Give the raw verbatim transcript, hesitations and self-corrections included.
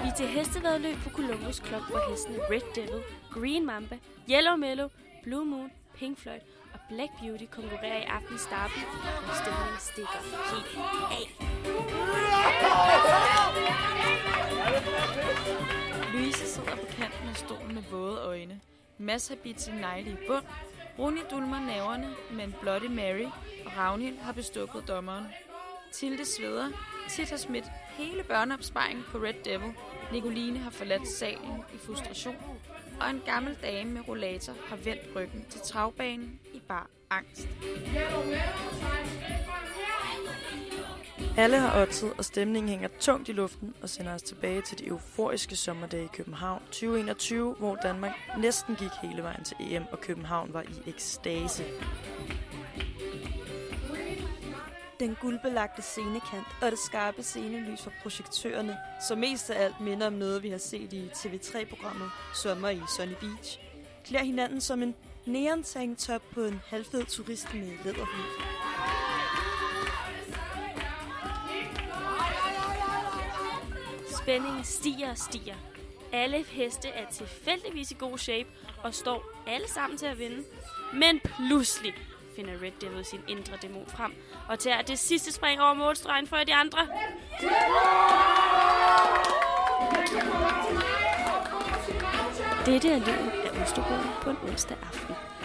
er til hestevæddeløb på Columbus Club, hvor hestene Red Devil, Green Mamba, Yellow Mellow, Blue Moon, Pink Floyd og Black Beauty konkurrerer i aftens derby, og stemningen stikker helt af. Louise sidder på kanten af stolen med våde øjne. Mads har bidt sin negle i bund. Runi dulmer næverne med en Bloody Mary, og Ragnhild har bestukket dommeren. Tilde sveder. Tit har smidt hele børneopsparingen på Red Devil. Nicoline har forladt salen i frustration. Og en gammel dame med rollator har vendt ryggen til travbanen i bar angst. Alle har oddset, og stemningen hænger tungt i luften og sender os tilbage til de euforiske sommerdage i København tyve enogtyve, hvor Danmark næsten gik hele vejen til E M, og København var i ekstase. Den guldbelagte scenekant og det skarpe scenelys fra projektørerne, som mest af alt minder om noget, vi har set i T V tre-programmet Sommer i Sunny Beach, klæder hinanden som en neon-tanktop på en halvfed turist med læderhud. Spændingen stiger og stiger. Alle heste er tilfældigvis i god shape og står alle sammen til at vinde. Men pludselig finder Red Devil sin indre dæmon frem og tager det sidste spring over målstregen for de andre. Dette er lyden af Østerbro på en onsdag aften.